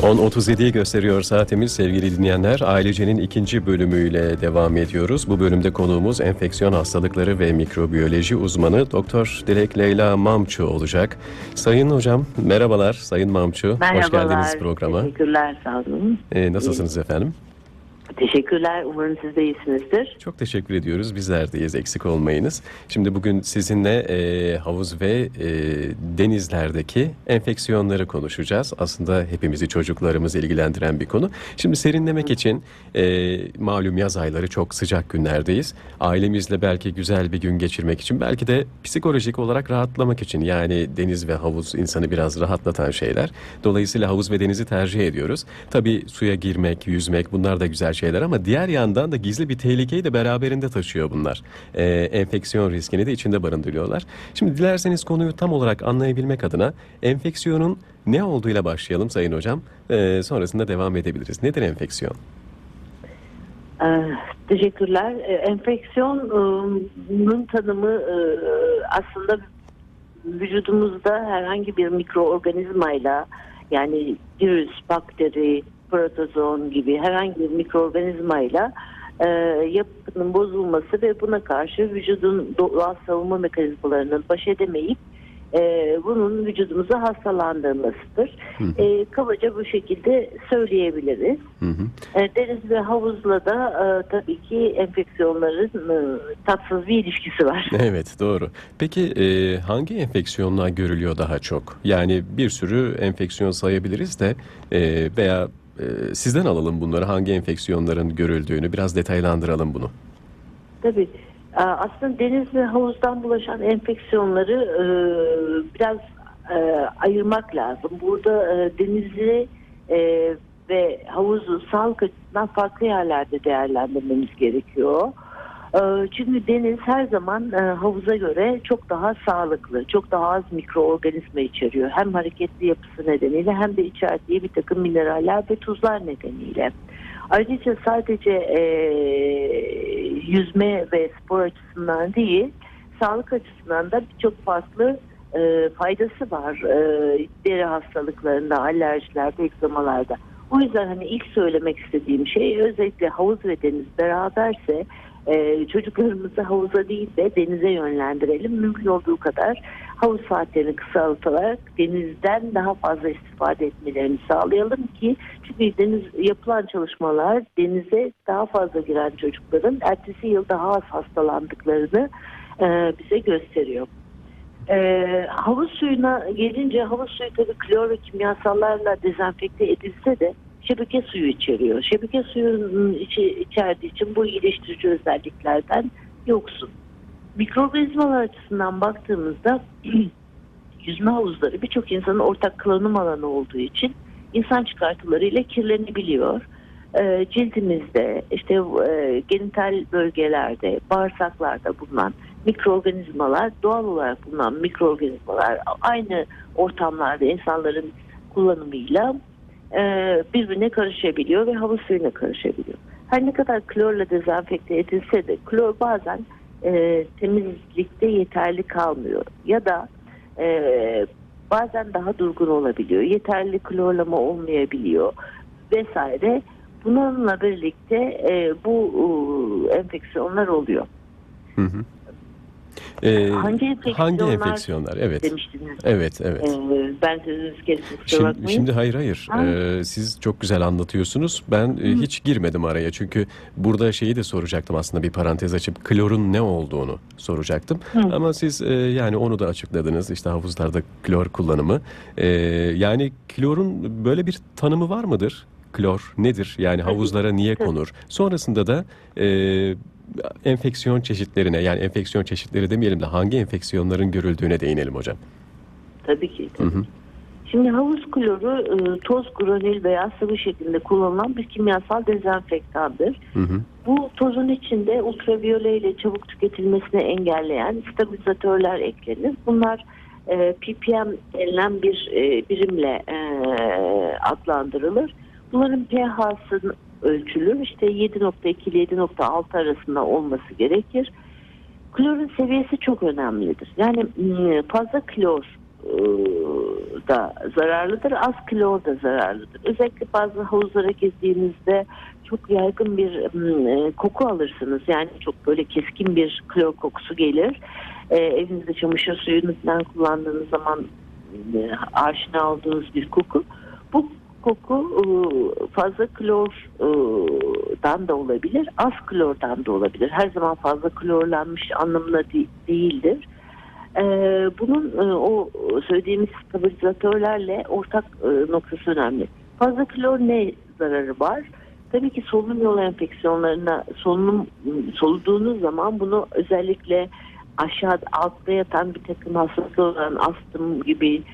10.37'yi gösteriyor saatimiz sevgili dinleyenler. Ailecenin ikinci bölümüyle devam ediyoruz. Bu bölümde konuğumuz enfeksiyon hastalıkları ve mikrobiyoloji uzmanı Doktor Dilek Leyla Mamçu olacak. Sayın hocam merhabalar Sayın Mamçu. Merhabalar. Hoş geldiniz programa. Teşekkürler, sağ olun. Nasılsınız efendim? Teşekkürler, umarım siz de iyisinizdir. Çok teşekkür ediyoruz. Bizler deyiz, eksik olmayınız. Şimdi bugün sizinle havuz ve denizlerdeki enfeksiyonları konuşacağız. Aslında hepimizi, çocuklarımızı ilgilendiren bir konu. Şimdi serinlemek için malum yaz ayları, çok sıcak günlerdeyiz. Ailemizle belki güzel bir gün geçirmek için, belki de psikolojik olarak rahatlamak için. Yani deniz ve havuz insanı biraz rahatlatan şeyler. Dolayısıyla havuz ve denizi tercih ediyoruz. Tabii suya girmek, yüzmek, bunlar da güzel şeyler ama diğer yandan da gizli bir tehlikeyi de beraberinde taşıyor bunlar. Enfeksiyon riskini de içinde barındırıyorlar. Şimdi dilerseniz konuyu tam olarak anlayabilmek adına enfeksiyonun ne olduğuyla başlayalım Sayın Hocam. Sonrasında devam edebiliriz. Nedir enfeksiyon? Teşekkürler. Enfeksiyonun tanımı aslında vücudumuzda herhangi bir mikroorganizmayla, yani virüs, bakteri, protozoon gibi herhangi bir mikroorganizmayla yapının bozulması ve buna karşı vücudun doğal savunma mekanizmalarının baş edemeyip bunun vücudumuza hastalandırmasıdır. Kabaca bu şekilde söyleyebiliriz. Deniz ve havuzla da tabii ki enfeksiyonların tatsız bir ilişkisi var. Evet, doğru. Peki hangi enfeksiyonlar görülüyor daha çok? Yani bir sürü enfeksiyon sayabiliriz de veya sizden alalım bunları, hangi enfeksiyonların görüldüğünü, biraz detaylandıralım bunu. Tabii. Aslında deniz ve havuzdan bulaşan enfeksiyonları biraz ayırmak lazım. Burada denizi ve havuzu sağlık açısından farklı yerlerde değerlendirmemiz gerekiyor. Çünkü deniz her zaman havuza göre çok daha sağlıklı, çok daha az mikroorganizma içeriyor. Hem hareketli yapısı nedeniyle hem de içerdiği bir takım mineraller ve tuzlar nedeniyle. Ayrıca sadece yüzme ve spor açısından değil, sağlık açısından da birçok farklı faydası var. Deri hastalıklarında, alerjilerde, egzamalarda. O yüzden hani ilk söylemek istediğim şey, özellikle havuz ve deniz beraberse çocuklarımızı havuza değil de denize yönlendirelim. Mümkün olduğu kadar havuz saatlerini kısaltarak denizden daha fazla istifade etmelerini sağlayalım ki, çünkü yapılan çalışmalar denize daha fazla giren çocukların ertesi yıl daha az hastalandıklarını bize gösteriyor. Havuz suyuna gelince, havuz suyu tabii klor ve kimyasallarla dezenfekte edilse de şebeke suyu içeriyor. Şebeke suyunun içerdiği için bu iyileştirici özelliklerden yoksun. Mikroorganizmalar açısından baktığımızda yüzme havuzları birçok insanın ortak kullanım alanı olduğu için insan çıkartılarıyla kirlenebiliyor. Cildimizde, işte genital bölgelerde, bağırsaklarda bulunan mikroorganizmalar, doğal olarak bulunan mikroorganizmalar aynı ortamlarda insanların kullanımıyla birbirine karışabiliyor ve havuz suyuna karışabiliyor. Her ne kadar klorla dezenfekte edilse de klor bazen temizlikte yeterli kalmıyor ya da bazen daha durgun olabiliyor. Yeterli klorlama olmayabiliyor vesaire. Bununla birlikte bu enfeksiyonlar oluyor. Hı hı. Hangi enfeksiyonlar? Evet. Demiştiniz. Evet. Ben sözünüzü kestim, kusura bakmayın. Şimdi hayır. Siz çok güzel anlatıyorsunuz. Ben hiç girmedim araya. Çünkü burada şeyi de soracaktım aslında, bir parantez açıp klorun ne olduğunu soracaktım. Ama siz yani onu da açıkladınız. İşte havuzlarda klor kullanımı. Yani klorun böyle bir tanımı var mıdır? Klor nedir? Yani havuzlara niye konur? Sonrasında da enfeksiyon çeşitlerine, yani enfeksiyon çeşitleri demeyelim de hangi enfeksiyonların görüldüğüne değinelim hocam. Tabii ki. Şimdi havuz kloru toz, granül veya sıvı şeklinde kullanılan bir kimyasal dezenfektandır. Bu tozun içinde ultraviyole ile çabuk tüketilmesini engelleyen stabilizatörler eklenir. Bunlar ppm denilen bir birimle adlandırılır. Bunların pH'sı ölçülür. İşte 7.2 ile 7.6 arasında olması gerekir. Klorun seviyesi çok önemlidir. Yani fazla klor da zararlıdır, az klor da zararlıdır. Özellikle bazı havuzlara girdiğinizde çok yaygın bir koku alırsınız. Yani çok böyle keskin bir klor kokusu gelir. Evinizde çamaşır suyunu falan kullandığınız zaman aşina olduğunuz bir koku. Bu koku fazla klordan da olabilir, az klordan da olabilir. Her zaman fazla klorlanmış anlamına değildir. Bunun o söylediğimiz stabilizatörlerle ortak noktası önemli. Fazla klor ne zararı var? Tabii ki solunum yolu enfeksiyonlarına soluduğunuz zaman bunu özellikle aşağıda altta yatan bir takım hastalıklar olan astım gibi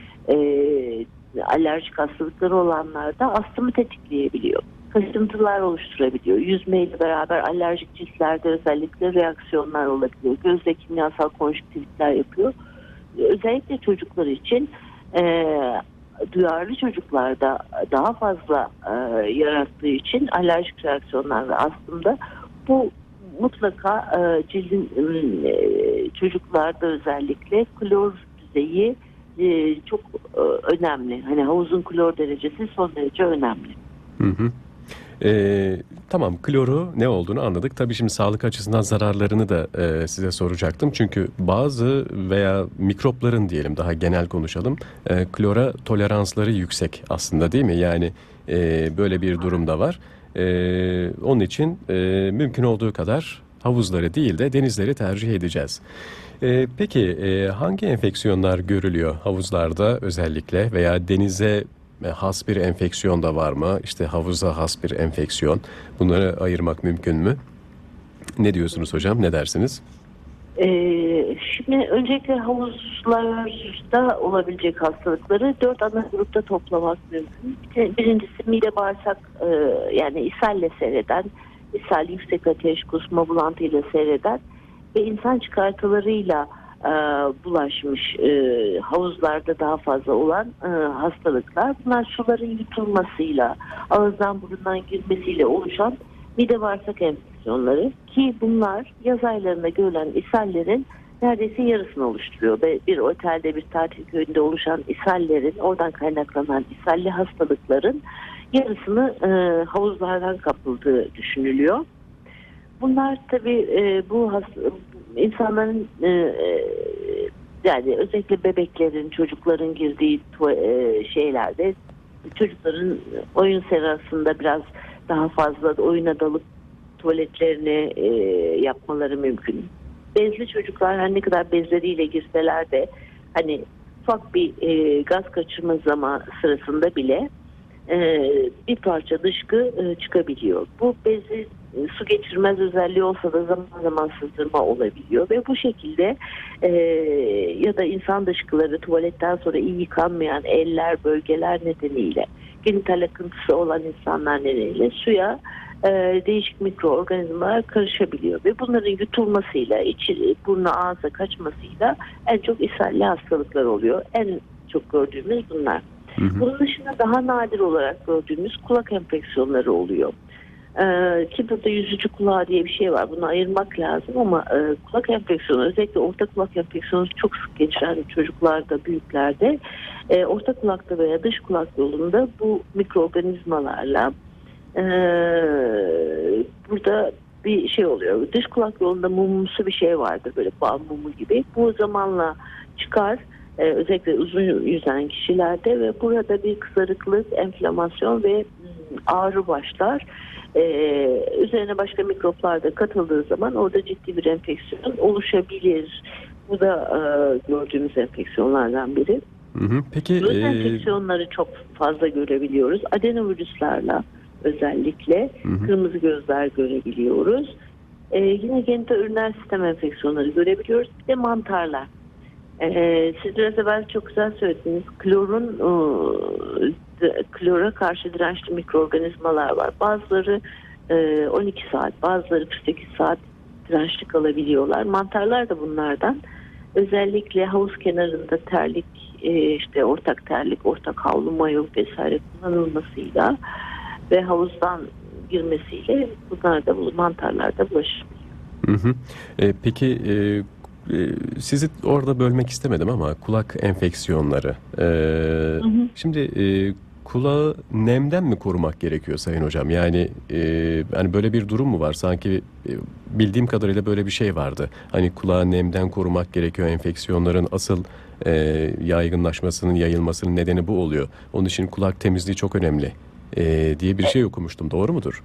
alerjik hastalıkları olanlarda astımı tetikleyebiliyor. Kaşıntılar oluşturabiliyor. Yüzmeyle beraber alerjik ciltlerde özellikle reaksiyonlar olabiliyor. Gözde kimyasal konjüktivitler yapıyor. Özellikle çocuklar için duyarlı çocuklarda daha fazla yarattığı için alerjik reaksiyonlar ve astımda bu mutlaka cildin çocuklarda özellikle klor düzeyi çok önemli. Hani havuzun klor derecesi son derece önemli. Hı hı. Tamam, kloru ne olduğunu anladık. Tabii şimdi sağlık açısından zararlarını da size soracaktım. Çünkü bazı veya mikropların diyelim, daha genel konuşalım, klora toleransları yüksek aslında, değil mi? Yani böyle bir durum da var. Onun için mümkün olduğu kadar havuzları değil de denizleri tercih edeceğiz. Peki hangi enfeksiyonlar görülüyor havuzlarda özellikle veya denize has bir enfeksiyon da var mı? İşte havuza has bir enfeksiyon. Bunları ayırmak mümkün mü? Ne diyorsunuz hocam? Ne dersiniz? Şimdi öncelikle havuzlarda olabilecek hastalıkları 4 ana grupta toplamak mümkün. Birincisi mide bağırsak yani ishalle seyreden, ishal, yüksek ateş, kusma, bulantıyla seyreden ve insan çıkartılarıyla bulaşmış havuzlarda daha fazla olan hastalıklar. Bunlar suların yutulmasıyla, ağızdan burundan girmesiyle oluşan mide bağırsak enfeksiyonları ki bunlar yaz aylarında görülen ishallerin neredeyse yarısını oluşturuyor. Ve bir otelde, bir tatil köyünde oluşan ishallerin, oradan kaynaklanan ishalli hastalıkların yarısını havuzlardan kapıldığı düşünülüyor. Bunlar tabii bu insanların yani özellikle bebeklerin, çocukların girdiği şeylerde çocukların oyun sırasında biraz daha fazla oyuna dalıp tuvaletlerini yapmaları mümkün. Bezli çocuklar her ne kadar bezleriyle girseler de hani ufak bir gaz kaçırma zaman sırasında bile bir parça dışkı çıkabiliyor. Bu bezi su geçirmez özelliği olsa da zaman zaman sızdırma olabiliyor ve bu şekilde ya da insan dışkıları tuvaletten sonra iyi yıkanmayan eller, bölgeler nedeniyle genital akıntısı olan insanlar nedeniyle suya değişik mikroorganizmalar karışabiliyor ve bunların yutulmasıyla, burnu ağza kaçmasıyla en çok ishalli hastalıklar oluyor. En çok gördüğümüz bunlar. Hı hı. Bunun dışında daha nadir olarak gördüğümüz kulak enfeksiyonları oluyor. Ki burada yüzücü kulağı diye bir şey var. Bunu ayırmak lazım ama kulak enfeksiyonu, özellikle orta kulak enfeksiyonu çok sık geçiren çocuklarda, büyüklerde, orta kulakta veya dış kulak yolunda bu mikroorganizmalarla burada bir şey oluyor. Dış kulak yolunda mumumsu bir şey vardır, böyle bal mumu gibi. Bu zamanla çıkar. Özellikle uzun yüzen kişilerde ve burada bir kızarıklık, enflamasyon ve ağrı başlar. Üzerine başka mikroplar da katıldığı zaman orada ciddi bir enfeksiyon oluşabilir. Bu da gördüğümüz enfeksiyonlardan biri. Hı hı. Peki göz enfeksiyonları çok fazla görebiliyoruz. Adenovirüslerle özellikle kırmızı gözler görebiliyoruz. Yine genital sistem enfeksiyonları görebiliyoruz. Bir de mantarlar. Siz biraz evvel çok güzel söylediniz. Klora karşı dirençli mikroorganizmalar var. Bazıları 12 saat, bazıları 48 saat dirençli kalabiliyorlar. Mantarlar da bunlardan. Özellikle havuz kenarında terlik, işte ortak terlik, ortak havlu, mayo vesaire kullanılmasıyla ve havuzdan girmesiyle bunlar da, mantarlar da bulaşır. Peki sizi orada bölmek istemedim ama kulak enfeksiyonları. Şimdi kulağı nemden mi korumak gerekiyor Sayın Hocam? Yani hani böyle bir durum mu var? Sanki bildiğim kadarıyla böyle bir şey vardı. Hani kulağı nemden korumak gerekiyor. Enfeksiyonların asıl yaygınlaşmasının, yayılmasının nedeni bu oluyor. Onun için kulak temizliği çok önemli diye bir şey okumuştum. Doğru mudur?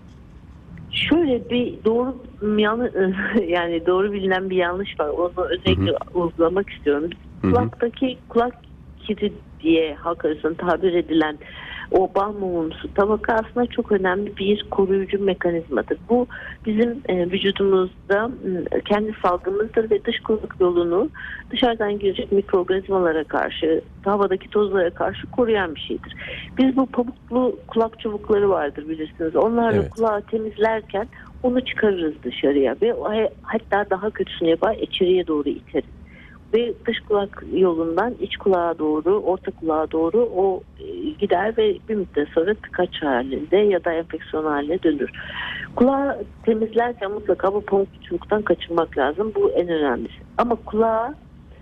Şöyle bir doğru yanlış yani doğru bilinen bir yanlış var. Onu özellikle vurgulamak istiyorum. Kulaktaki kulak kiri diye halk arasında tabir edilen o bal mumumsu tabaka aslında çok önemli bir koruyucu mekanizmadır. Bu bizim vücudumuzda kendi salgımızdır ve dış kulak yolunu dışarıdan girecek mikroorganizmalara karşı, havadaki tozlara karşı koruyan bir şeydir. Biz bu pamuklu kulak çubukları vardır bilirsiniz. Onlarla Evet. kulağı temizlerken onu çıkarırız dışarıya ve hatta daha kötüsünü yapar içeriye doğru iteriz. Ve dış kulak yolundan iç kulağa doğru, orta kulağa doğru o gider ve bir müddet sonra tıkaç halinde ya da enfeksiyon haline dönür. Kulağı temizlerken mutlaka bu pamuklu çubuktan kaçınmak lazım. Bu en önemlisi. Ama kulağa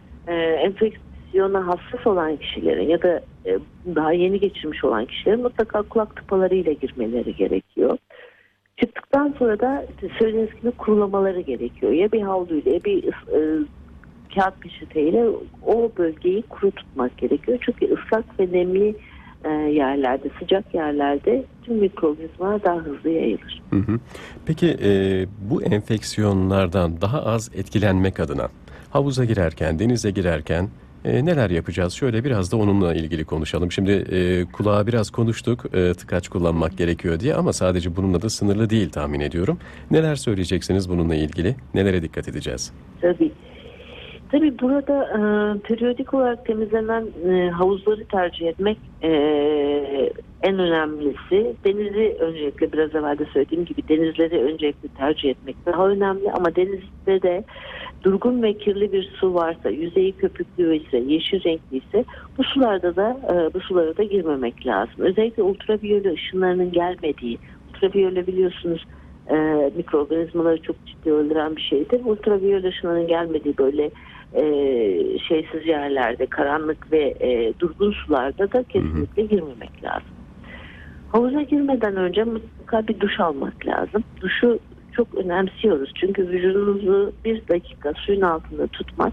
enfeksiyona hassas olan kişilerin ya da daha yeni geçirmiş olan kişilerin mutlaka kulak tıpalarıyla girmeleri gerekiyor. Çıktıktan sonra da söylediğiniz gibi kurulamaları gerekiyor. Ya bir havluyla ya bir kağıt peçeteyle o bölgeyi kuru tutmak gerekiyor. Çünkü ıslak ve nemli yerlerde, sıcak yerlerde tüm mikroorganizmalar daha hızlı yayılır. Peki bu enfeksiyonlardan daha az etkilenmek adına havuza girerken, denize girerken neler yapacağız? Şöyle biraz da onunla ilgili konuşalım. Şimdi kulağa biraz konuştuk, tıkaç kullanmak gerekiyor diye ama sadece bununla da sınırlı değil tahmin ediyorum. Neler söyleyeceksiniz bununla ilgili? Nelere dikkat edeceğiz? Tabii burada periyodik olarak temizlenen havuzları tercih etmek en önemlisi. Denizi öncelikle biraz evvel de söylediğim gibi denizleri öncelikle tercih etmek daha önemli. Ama denizde de durgun ve kirli bir su varsa, yüzeyi köpüklü ise, yeşil renkli ise bu sulara da girmemek lazım. Özellikle ultraviyole ışınlarının gelmediği, ultraviyole biliyorsunuz mikroorganizmaları çok ciddi öldüren bir şeydir. Ultraviyole ışınlarının gelmediği böyle şeysiz yerlerde, karanlık ve durgun sularda da kesinlikle girmemek lazım. Havuza girmeden önce mutlaka bir duş almak lazım. Duşu çok önemsiyoruz. Çünkü vücudunuzu bir dakika suyun altında tutmak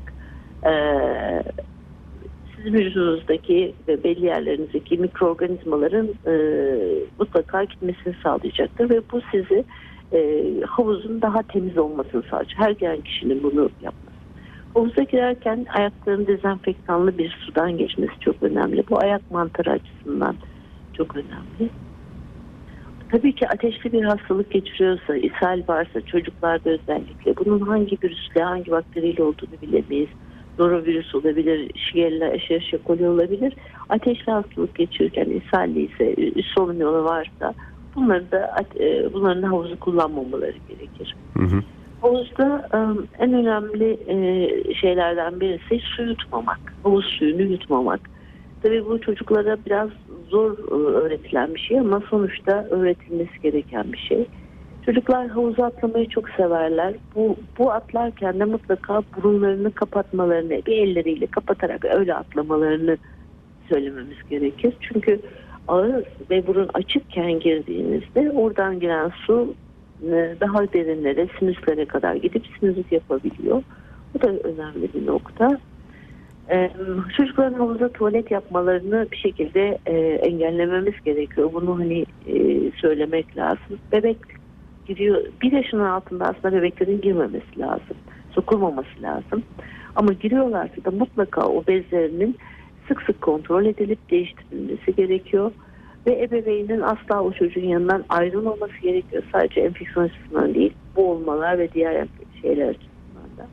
sizin vücudunuzdaki ve belli yerlerinizdeki mikroorganizmaların mutlaka gitmesini sağlayacaktır ve bu sizi havuzun daha temiz olmasını sağlayacak. Her gelen kişinin bunu yapması. Havuza girerken ayakların dezenfektanlı bir sudan geçmesi çok önemli. Bu ayak mantarı açısından çok önemli. Tabii ki ateşli bir hastalık geçiriyorsa, ishal varsa, çocuklarda özellikle bunun hangi virüsle, hangi bakteriyle olduğunu bilemeyiz. Norovirüs olabilir, Shigella, Escherichia coli olabilir. Ateşli hastalık geçirirken ishalli ise, insomniyalı varsa bunların havuzu kullanmamaları gerekir. Havuzda en önemli şeylerden birisi su yutmamak, havuz suyunu yutmamak. Tabii bu çocuklara biraz zor öğretilen bir şey ama sonuçta öğretilmesi gereken bir şey. Çocuklar havuza atlamayı çok severler. Bu atlarken de mutlaka burunlarını kapatmalarını, bir elleriyle kapatarak öyle atlamalarını söylememiz gerekir. Çünkü ağız ve burun açıkken girdiğinizde oradan giren su daha derinlere, sinüslere kadar gidip sinüzit yapabiliyor. Bu da önemli bir nokta. Çocukların havuzda tuvalet yapmalarını bir şekilde engellememiz gerekiyor. Bunu söylemek lazım. Bebek giriyor. 1 yaşının altında aslında bebeklerin girmemesi lazım. Sokulmaması lazım. Ama giriyorlarsa da mutlaka o bezlerinin sık sık kontrol edilip değiştirilmesi gerekiyor. Ve ebeveynin asla o çocuğun yanından ayrılmaması gerekiyor. Sadece enfeksiyon açısından değil, boğulmalar ve diğer şeyler açısından da.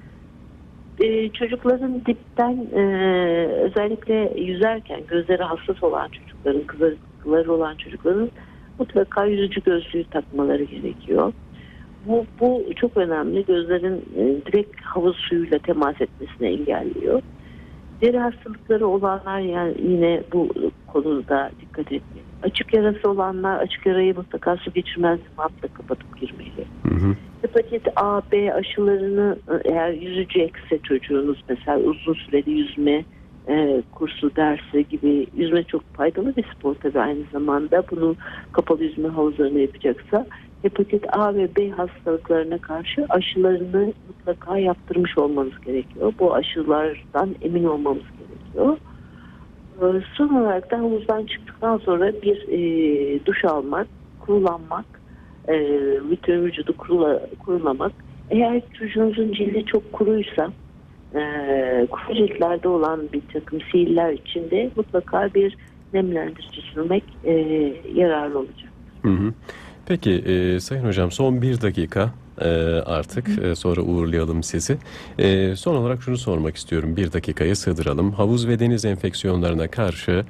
Çocukların dipten özellikle yüzerken gözleri hassas olan çocukların, kızarıkları olan çocukların mutlaka yüzücü gözlüğü takmaları gerekiyor. Bu çok önemli. Gözlerin direkt havuz suyuyla temas etmesini engelliyor. Deri hastalıkları olanlar yani yine bu konuda dikkat etmeli. Açık yarası olanlar açık yarayı mutlaka su geçirmez bantla kapatıp girmeli. hepatit A, B aşılarını eğer yüzecekse çocuğunuz, mesela uzun süreli yüzme kursu dersi gibi, yüzme çok faydalı bir spor tabii aynı zamanda, bunu kapalı yüzme havuzlarında yapacaksa hepatit A ve B hastalıklarına karşı aşılarını mutlaka yaptırmış olmanız gerekiyor. Bu aşılardan emin olmamız gerekiyor. Son olarak da havuzdan çıktıktan sonra bir duş almak, kurulanmak, bütün vücudu kurulamak. Eğer çocuğunuzun cildi çok kuruysa, kuru ciltlerde olan bir takım sihirler içinde mutlaka bir nemlendirici sürmek yararlı olacak. Hı hı. Peki Sayın Hocam, son bir dakika artık sonra uğurlayalım sizi. Son olarak şunu sormak istiyorum, bir dakikaya sığdıralım. Havuz ve deniz enfeksiyonlarına karşı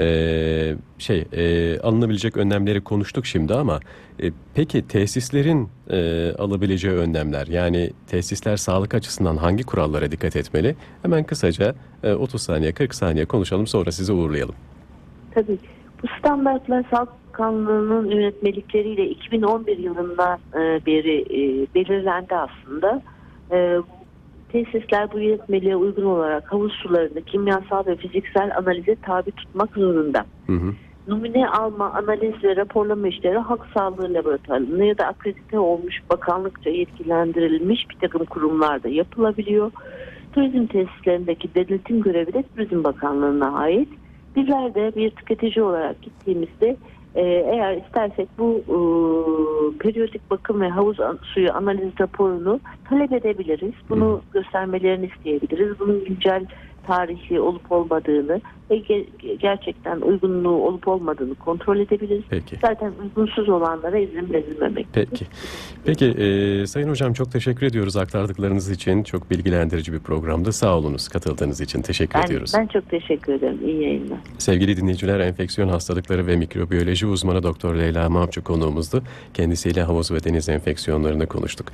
alınabilecek önlemleri konuştuk şimdi ama peki tesislerin alabileceği önlemler, yani tesisler sağlık açısından hangi kurallara dikkat etmeli? Hemen kısaca 30 saniye 40 saniye konuşalım, sonra sizi uğurlayalım. Tabii. Bu standartlar Sağlık Bakanlığı'nın yönetmelikleriyle 2011 yılından beri belirlendi aslında. Tesisler bu yönetmeliğe uygun olarak havuz sularını kimyasal ve fiziksel analize tabi tutmak zorunda. Hı hı. Numune alma, analiz ve raporlama işleri halk sağlığı laboratuvarlarında ya da akredite olmuş, bakanlıkça yetkilendirilmiş bir takım kurumlarda yapılabiliyor. Turizm tesislerindeki denetim görevi de Turizm Bakanlığı'na ait. Bizler de bir tüketici olarak gittiğimizde eğer istersek bu periyodik bakım ve havuz suyu analiz raporunu talep edebiliriz. Bunu göstermelerini isteyebiliriz. Bunun güncel tarihi olup olmadığını ve gerçekten uygunluğu olup olmadığını kontrol edebiliriz. Peki. Zaten uygunsuz olanlara izin verilmemektedir. Peki. Peki Sayın Hocam, çok teşekkür ediyoruz aktardıklarınız için. Çok bilgilendirici bir programdı. Sağ olunuz katıldığınız için. Teşekkür ediyoruz. Ben çok teşekkür ederim. İyi yayınlar. Sevgili dinleyiciler, enfeksiyon hastalıkları ve mikrobiyoloji uzmanı Doktor Leyla Mavcı konuğumuzdu. Kendisiyle havuz ve deniz enfeksiyonlarını konuştuk.